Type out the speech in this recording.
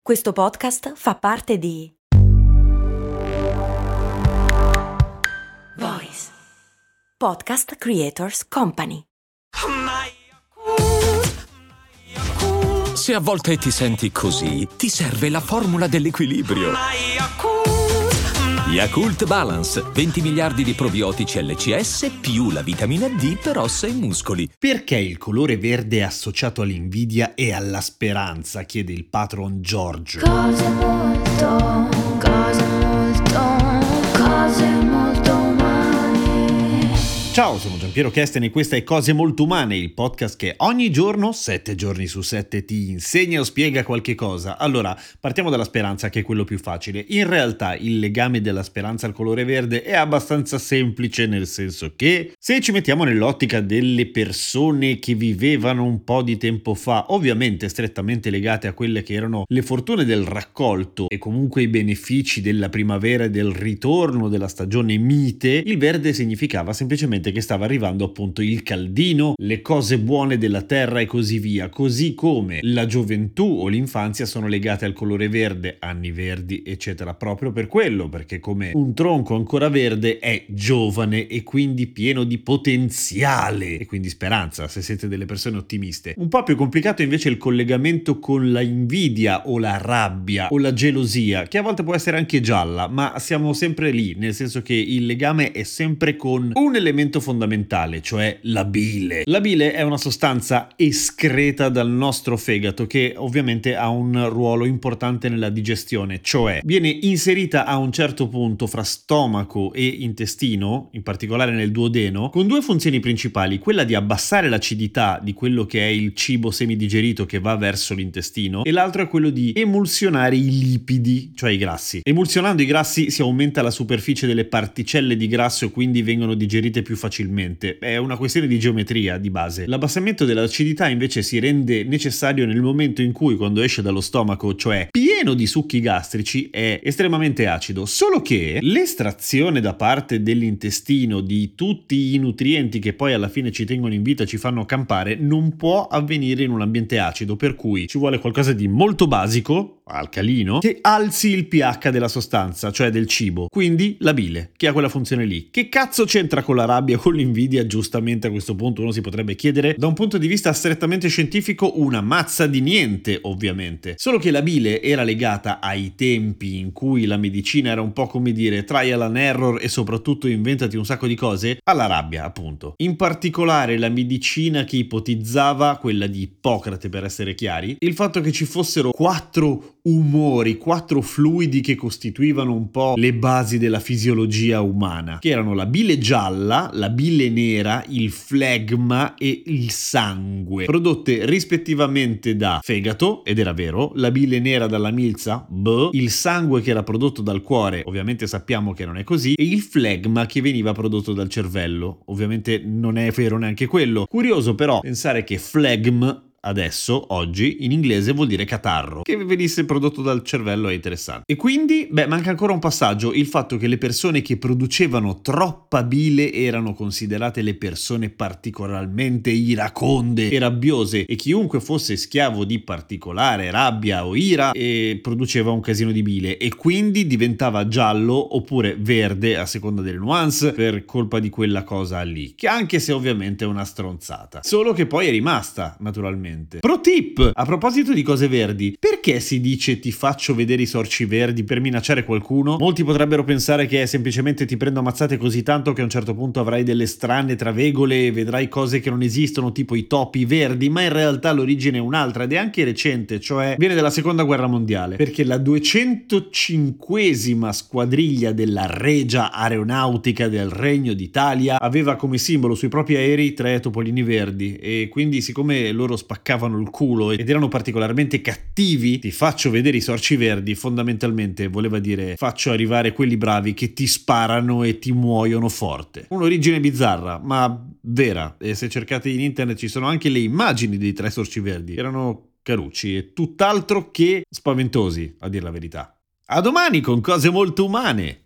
Questo podcast fa parte di Voice Podcast Creators Company. Se a volte ti senti così, ti serve la formula dell'equilibrio. Yakult Balance, 20 miliardi di probiotici LCS più la vitamina D per ossa e muscoli. Perché il colore verde è associato all'invidia e alla speranza? Chiede il patron Giorgio. Cose molto umane. Ciao, sono Giampiero Kesten e questa è Cose Molto Umane, il podcast che ogni giorno, 7 giorni su 7, ti insegna o spiega qualche cosa. Allora, partiamo dalla speranza, che è quello più facile. In realtà il legame della speranza al colore verde è abbastanza semplice, nel senso che se ci mettiamo nell'ottica delle persone che vivevano un po' di tempo fa, ovviamente strettamente legate a quelle che erano le fortune del raccolto e comunque i benefici della primavera e del ritorno della stagione mite, il verde significava semplicemente che stava arrivando appunto il caldino, le cose buone della terra e così via, così come la gioventù o l'infanzia sono legate al colore verde, anni verdi eccetera, proprio per quello, perché come un tronco ancora verde è giovane e quindi pieno di potenziale e quindi speranza, se siete delle persone ottimiste. Un po' più complicato invece il collegamento con la invidia o la rabbia o la gelosia, che a volte può essere anche gialla, ma siamo sempre lì, nel senso che il legame è sempre con un elemento fondamentale, cioè la bile. La bile è una sostanza escreta dal nostro fegato che ovviamente ha un ruolo importante nella digestione, cioè viene inserita a un certo punto fra stomaco e intestino, in particolare nel duodeno, con due funzioni principali: quella di abbassare l'acidità di quello che è il cibo semidigerito che va verso l'intestino, e l'altro è quello di emulsionare i lipidi, cioè i grassi. Emulsionando i grassi si aumenta la superficie delle particelle di grasso, quindi vengono digerite più facilmente. È una questione di geometria di base. L'abbassamento dell'acidità invece si rende necessario nel momento in cui, quando esce dallo stomaco, cioè pieno di succhi gastrici, è estremamente acido. Solo che l'estrazione da parte dell'intestino di tutti i nutrienti che poi alla fine ci tengono in vita e ci fanno campare non può avvenire in un ambiente acido, per cui ci vuole qualcosa di molto basico, alcalino, che alzi il pH della sostanza, cioè del cibo, quindi la bile, che ha quella funzione lì. Che cazzo c'entra con la rabbia, con l'invidia? Giustamente a questo punto uno si potrebbe chiedere. Da un punto di vista strettamente scientifico una mazza di niente, ovviamente. Solo che la bile era legata ai tempi in cui la medicina era un po' come dire trial and error e soprattutto inventati un sacco di cose, alla rabbia appunto. In particolare la medicina che ipotizzava, quella di Ippocrate per essere chiari, il fatto che ci fossero 4 umori, 4 fluidi che costituivano un po' le basi della fisiologia umana, che erano la bile gialla, la bile nera, il flegma e il sangue, prodotte rispettivamente da fegato, ed era vero, la bile nera dalla milza, il sangue che era prodotto dal cuore, ovviamente sappiamo che non è così, e il flegma che veniva prodotto dal cervello, ovviamente non è vero neanche quello. Curioso però pensare che phlegm adesso, oggi, in inglese vuol dire catarro. Che venisse prodotto dal cervello è interessante. E quindi, manca ancora un passaggio, il fatto che le persone che producevano troppa bile erano considerate le persone particolarmente iraconde e rabbiose, e chiunque fosse schiavo di particolare rabbia o ira e produceva un casino di bile, e quindi diventava giallo oppure verde a seconda delle nuance per colpa di quella cosa lì, che anche se ovviamente è una stronzata. Solo che poi è rimasta, naturalmente. Pro tip, a proposito di cose verdi, perché si dice ti faccio vedere i sorci verdi per minacciare qualcuno? Molti potrebbero pensare che è semplicemente ti prendo ammazzate così tanto che a un certo punto avrai delle strane travegole e vedrai cose che non esistono, tipo i topi verdi, ma in realtà l'origine è un'altra ed è anche recente, cioè viene dalla seconda guerra mondiale, perché la 205esima squadriglia della Regia Aeronautica del Regno d'Italia aveva come simbolo sui propri aerei 3 topolini verdi, e quindi siccome loro spaccavano il culo ed erano particolarmente cattivi, ti faccio vedere i sorci verdi, fondamentalmente voleva dire faccio arrivare quelli bravi che ti sparano e ti muoiono forte. Un'origine bizzarra, ma vera, e se cercate in internet ci sono anche le immagini dei 3 sorci verdi, erano carucci e tutt'altro che spaventosi, a dir la verità. A domani con Cose Molto Umane!